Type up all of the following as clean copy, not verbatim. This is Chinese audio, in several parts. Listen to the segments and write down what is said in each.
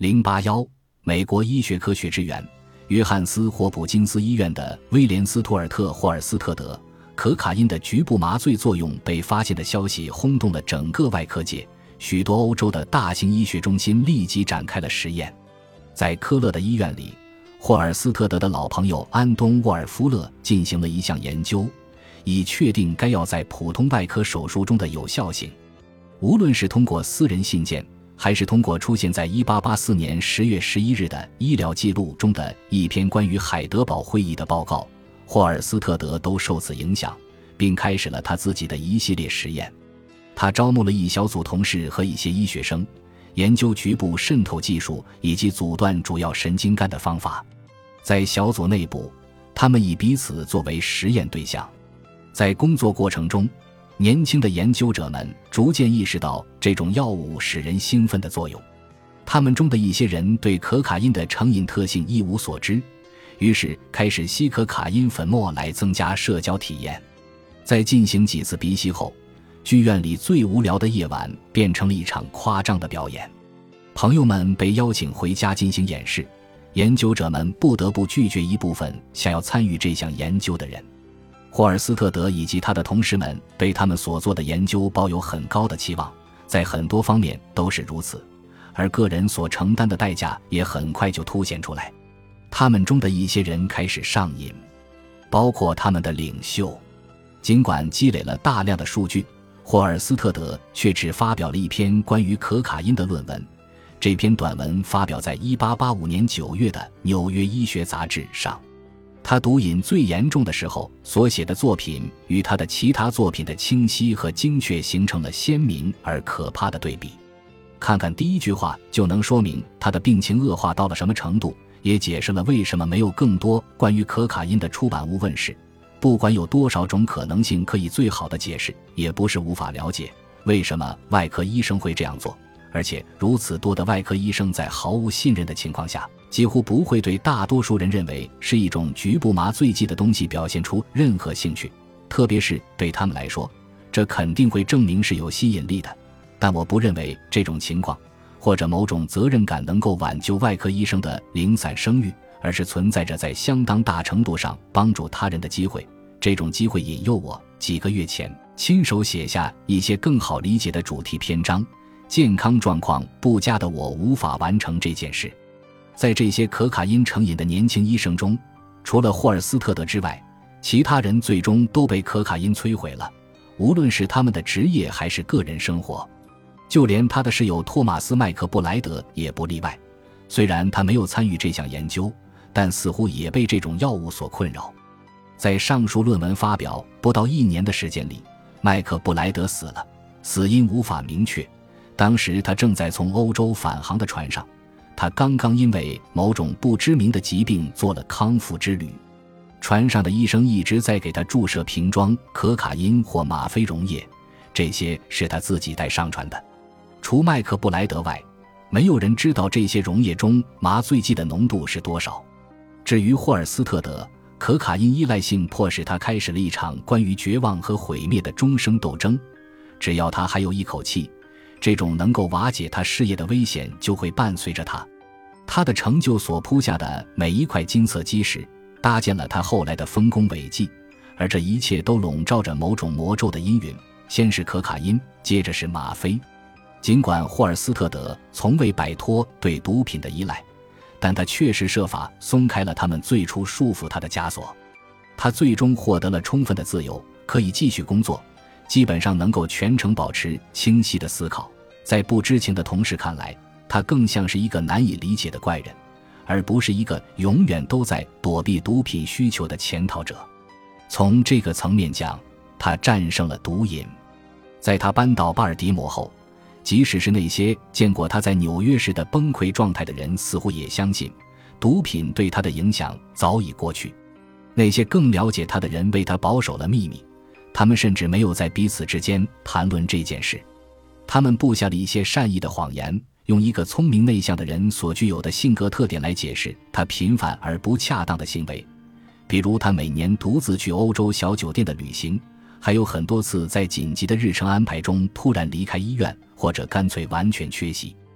081美国医学科学之源，约翰斯霍普金斯医院的威廉斯图尔特·霍尔斯特德，可卡因的局部麻醉作用被发现的消息轰动了整个外科界，许多欧洲的大型医学中心立即展开了实验。在科勒的医院里，霍尔斯特德的老朋友安东·沃尔夫勒进行了一项研究，以确定该药在普通外科手术中的有效性。无论是通过私人信件，还是通过出现在1884年10月11日的医疗记录中的一篇关于海德堡会议的报告，霍尔斯特德都受此影响，并开始了他自己的一系列实验。他招募了一小组同事和一些医学生，研究局部渗透技术以及阻断主要神经干的方法。在小组内部，他们以彼此作为实验对象。在工作过程中，年轻的研究者们逐渐意识到这种药物使人兴奋的作用。他们中的一些人对可卡因的成瘾特性一无所知，于是开始吸可卡因粉末来增加社交体验。在进行几次鼻吸后，剧院里最无聊的夜晚变成了一场夸张的表演。朋友们被邀请回家进行演示，研究者们不得不拒绝一部分想要参与这项研究的人。霍尔斯特德以及他的同事们对他们所做的研究抱有很高的期望，在很多方面都是如此，而个人所承担的代价也很快就凸显出来。他们中的一些人开始上瘾，包括他们的领袖。尽管积累了大量的数据，霍尔斯特德却只发表了一篇关于可卡因的论文。这篇短文发表在1885年9月的《纽约医学杂志》上。他毒瘾最严重的时候所写的作品与他的其他作品的清晰和精确形成了鲜明而可怕的对比。看看第一句话就能说明他的病情恶化到了什么程度，也解释了为什么没有更多关于可卡因的出版物问世。不管有多少种可能性可以最好的解释，也不是无法了解为什么外科医生会这样做，而且如此多的外科医生在毫无信任的情况下，几乎不会对大多数人认为是一种局部麻醉剂的东西表现出任何兴趣，特别是对他们来说，这肯定会证明是有吸引力的。但我不认为这种情况或者某种责任感能够挽救外科医生的零散声誉，而是存在着在相当大程度上帮助他人的机会。这种机会引诱我几个月前亲手写下一些更好理解的主题篇章。健康状况不佳的我无法完成这件事。在这些可卡因成瘾的年轻医生中，除了霍尔斯特德之外，其他人最终都被可卡因摧毁了，无论是他们的职业还是个人生活。就连他的室友托马斯·麦克布莱德也不例外，虽然他没有参与这项研究，但似乎也被这种药物所困扰。在上述论文发表不到1年的时间里，麦克布莱德死了，死因无法明确。当时他正在从欧洲返航的船上，他刚刚因为某种不知名的疾病做了康复之旅。船上的医生一直在给他注射瓶装可卡因或吗啡溶液，这些是他自己带上船的。除麦克布莱德外，没有人知道这些溶液中麻醉剂的浓度是多少。至于霍尔斯特德，可卡因依赖性迫使他开始了一场关于绝望和毁灭的终生斗争。只要他还有一口气，这种能够瓦解他事业的危险就会伴随着他。他的成就所铺下的每一块金色基石，搭建了他后来的丰功伟绩，而这一切都笼罩着某种魔咒的阴云，先是可卡因，接着是吗啡。尽管霍尔斯特德从未摆脱对毒品的依赖，但他确实设法松开了他们最初束缚他的枷锁。他最终获得了充分的自由，可以继续工作，基本上能够全程保持清晰的思考。在不知情的同事看来，他更像是一个难以理解的怪人，而不是一个永远都在躲避毒品需求的潜逃者。从这个层面讲，他战胜了毒瘾。在他搬到巴尔的摩后，即使是那些见过他在纽约时的崩溃状态的人，似乎也相信毒品对他的影响早已过去。那些更了解他的人为他保守了秘密，他们甚至没有在彼此之间谈论这件事。他们布下了一些善意的谎言，用一个聪明内向的人所具有的性格特点来解释他频繁而不恰当的行为，比如他每年独自去欧洲小酒店的旅行，还有很多次在紧急的日程安排中突然离开医院，或者干脆完全缺席。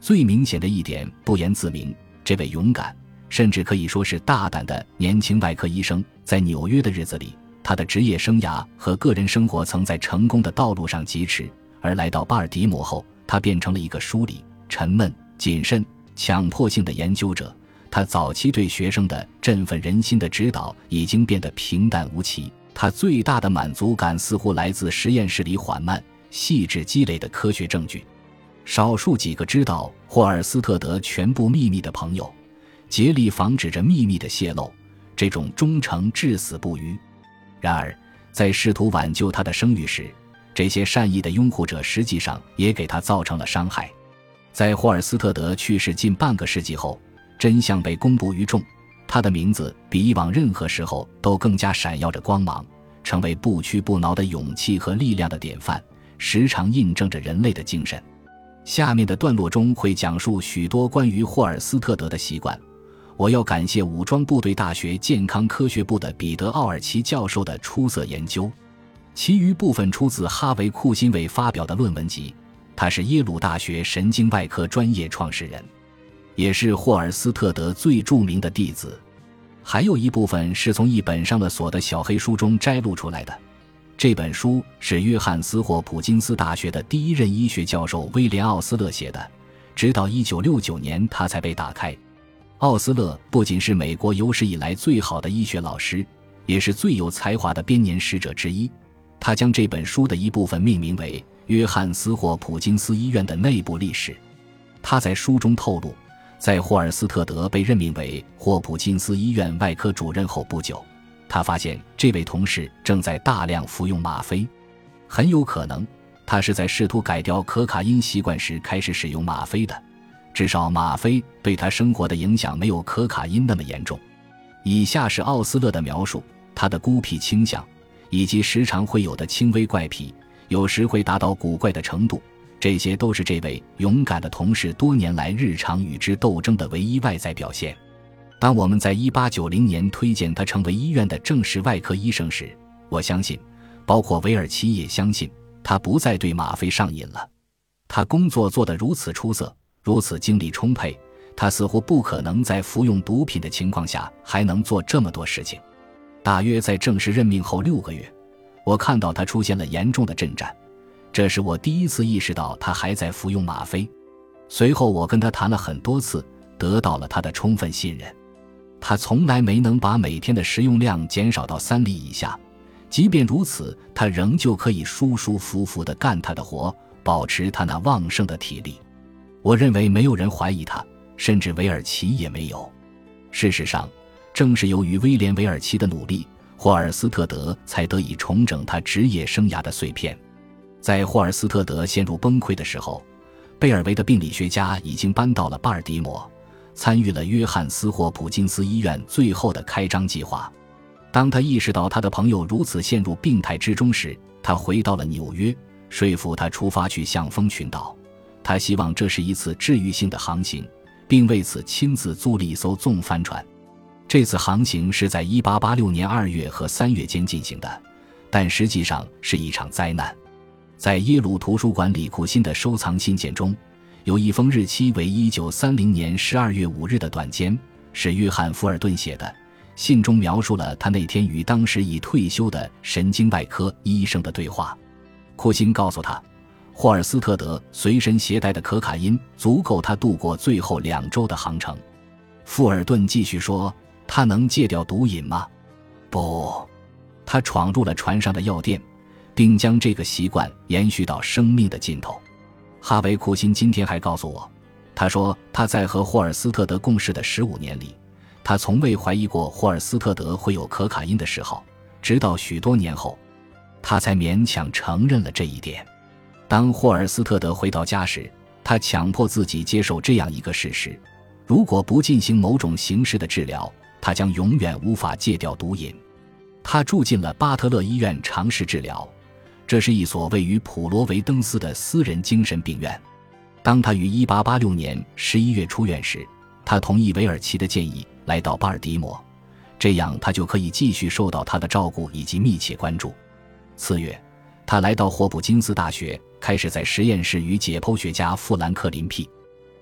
最明显的一点不言自明，这位勇敢甚至可以说是大胆的年轻外科医生，在纽约的日子里，他的职业生涯和个人生活曾在成功的道路上疾驰，而来到巴尔的摩后，他变成了一个疏离、沉闷、谨慎、强迫性的研究者。他早期对学生的振奋人心的指导已经变得平淡无奇，他最大的满足感似乎来自实验室里缓慢、细致积累的科学证据。少数几个知道霍尔斯特德全部秘密的朋友，竭力防止着秘密的泄露，这种忠诚至死不渝。然而，在试图挽救他的声誉时，这些善意的拥护者实际上也给他造成了伤害。在霍尔斯特德去世近半个世纪后，真相被公布于众，他的名字比以往任何时候都更加闪耀着光芒，成为不屈不挠的勇气和力量的典范，时常印证着人类的精神。下面的段落中会讲述许多关于霍尔斯特德的习惯。我要感谢武装部队大学健康科学部的彼得·奥尔奇教授的出色研究，其余部分出自哈维·库辛韦发表的论文集。他是耶鲁大学神经外科专业创始人，也是霍尔斯特德最著名的弟子。还有一部分是从一本上了锁的小黑书中摘录出来的。这本书是约翰斯霍普金斯大学的第一任医学教授威廉·奥斯勒写的，直到1969年他才被打开。奥斯勒不仅是美国有史以来最好的医学老师，也是最有才华的编年史者之一。他将这本书的一部分命名为约翰斯霍普金斯医院的内部历史。他在书中透露，在霍尔斯特德被任命为霍普金斯医院外科主任后不久，他发现这位同事正在大量服用吗啡。很有可能他是在试图改掉可卡因习惯时开始使用吗啡的，至少吗啡对他生活的影响没有可卡因那么严重。以下是奥斯勒的描述，他的孤僻倾向以及时常会有的轻微怪癖，有时会达到古怪的程度，这些都是这位勇敢的同事多年来日常与之斗争的唯一外在表现。当我们在1890年推荐他成为医院的正式外科医生时，我相信，包括韦尔奇也相信，他不再对吗啡上瘾了。他工作做得如此出色，如此精力充沛，他似乎不可能在服用毒品的情况下还能做这么多事情。大约在正式任命后6个月，我看到他出现了严重的震颤，这是我第一次意识到他还在服用吗啡。随后我跟他谈了很多次，得到了他的充分信任。他从来没能把每天的食用量减少到3粒以下，即便如此，他仍旧可以舒舒服服地干他的活，保持他那旺盛的体力。我认为没有人怀疑他，甚至韦尔奇也没有。事实上，正是由于威廉·韦尔奇的努力，霍尔斯特德才得以重整他职业生涯的碎片。在霍尔斯特德陷入崩溃的时候，贝尔维的病理学家已经搬到了巴尔的摩，参与了约翰斯霍普金斯医院最后的开张计划。当他意识到他的朋友如此陷入病态之中时，他回到了纽约，说服他出发去向风群岛。他希望这是一次治愈性的航行，并为此亲自租了一艘纵帆船。这次航行是在1886年2月和3月间进行的，但实际上是一场灾难。在耶鲁图书馆里库辛的收藏信件中，有一封日期为1930年12月5日的短笺，是约翰·福尔顿写的。信中描述了他那天与当时已退休的神经外科医生的对话。库辛告诉他，霍尔斯特德随身携带的可卡因足够他度过最后2周的航程。富尔顿继续说，他能戒掉毒瘾吗？不，他闯入了船上的药店，并将这个习惯延续到生命的尽头。哈维·库辛今天还告诉我，他说他在和霍尔斯特德共事的15年里，他从未怀疑过霍尔斯特德会有可卡因的嗜好，直到许多年后，他才勉强承认了这一点。当霍尔斯特德回到家时，他强迫自己接受这样一个事实：如果不进行某种形式的治疗，他将永远无法戒掉毒瘾。他住进了巴特勒医院尝试治疗，这是一所位于普罗维登斯的私人精神病院。当他于1886年11月出院时，他同意韦尔奇的建议，来到巴尔的摩，这样他就可以继续受到他的照顾以及密切关注。次月，他来到霍普金斯大学，开始在实验室与解剖学家富兰克林 P.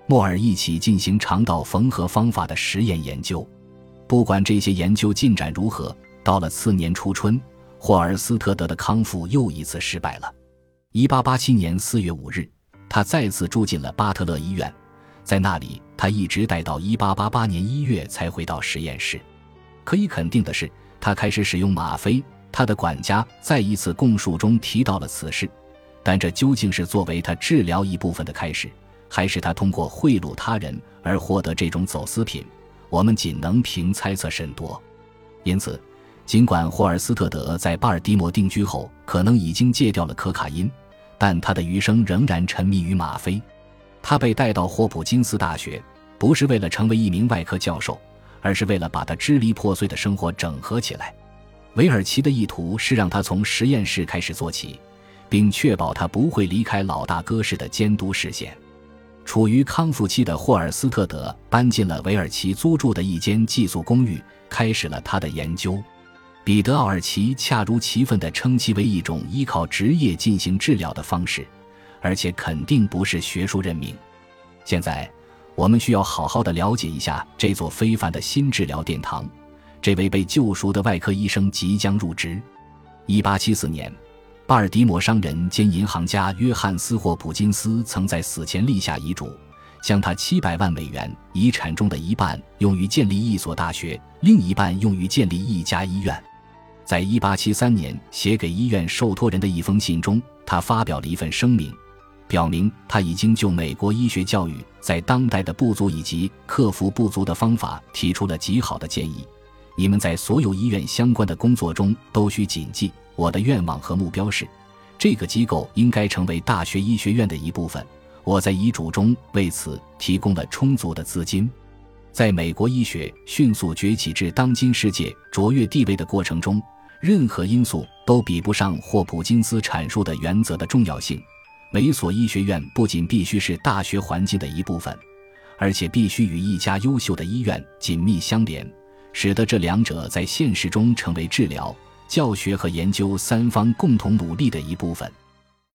莫尔一起进行肠道缝合方法的实验研究。不管这些研究进展如何，到了次年初春，霍尔斯特德的康复又一次失败了。1887年4月5日，他再次住进了巴特勒医院，在那里他一直待到1888年1月才回到实验室。可以肯定的是，他开始使用吗啡，他的管家在一次供述中提到了此事，但这究竟是作为他治疗一部分的开始，还是他通过贿赂他人而获得这种走私品，我们仅能凭猜测甚多。因此，尽管霍尔斯特德在巴尔的摩定居后可能已经戒掉了可卡因，但他的余生仍然沉迷于吗啡。他被带到霍普金斯大学，不是为了成为一名外科教授，而是为了把他支离破碎的生活整合起来。韦尔奇的意图是让他从实验室开始做起，并确保他不会离开老大哥式的监督视线。处于康复期的霍尔斯特德搬进了韦尔奇租住的一间寄宿公寓，开始了他的研究。彼得·奥尔奇恰如其分地称其为一种依靠职业进行治疗的方式，而且肯定不是学术任命。现在我们需要好好地了解一下这座非凡的新治疗殿堂。这位被救赎的外科医生即将入职。1874年，巴尔的摩商人兼银行家约翰斯·霍普金斯曾在死前立下遗嘱，将他700万美元遗产中的一半用于建立一所大学，另一半用于建立一家医院。在1873年写给医院受托人的一封信中，他发表了一份声明，表明他已经就美国医学教育在当代的不足以及克服不足的方法提出了极好的建议。你们在所有医院相关的工作中都需谨记，我的愿望和目标是，这个机构应该成为大学医学院的一部分。我在遗嘱中为此提供了充足的资金。在美国医学迅速崛起至当今世界卓越地位的过程中，任何因素都比不上霍普金斯阐述的原则的重要性。每所医学院不仅必须是大学环境的一部分，而且必须与一家优秀的医院紧密相连，使得这两者在现实中成为治疗、教学和研究三方共同努力的一部分。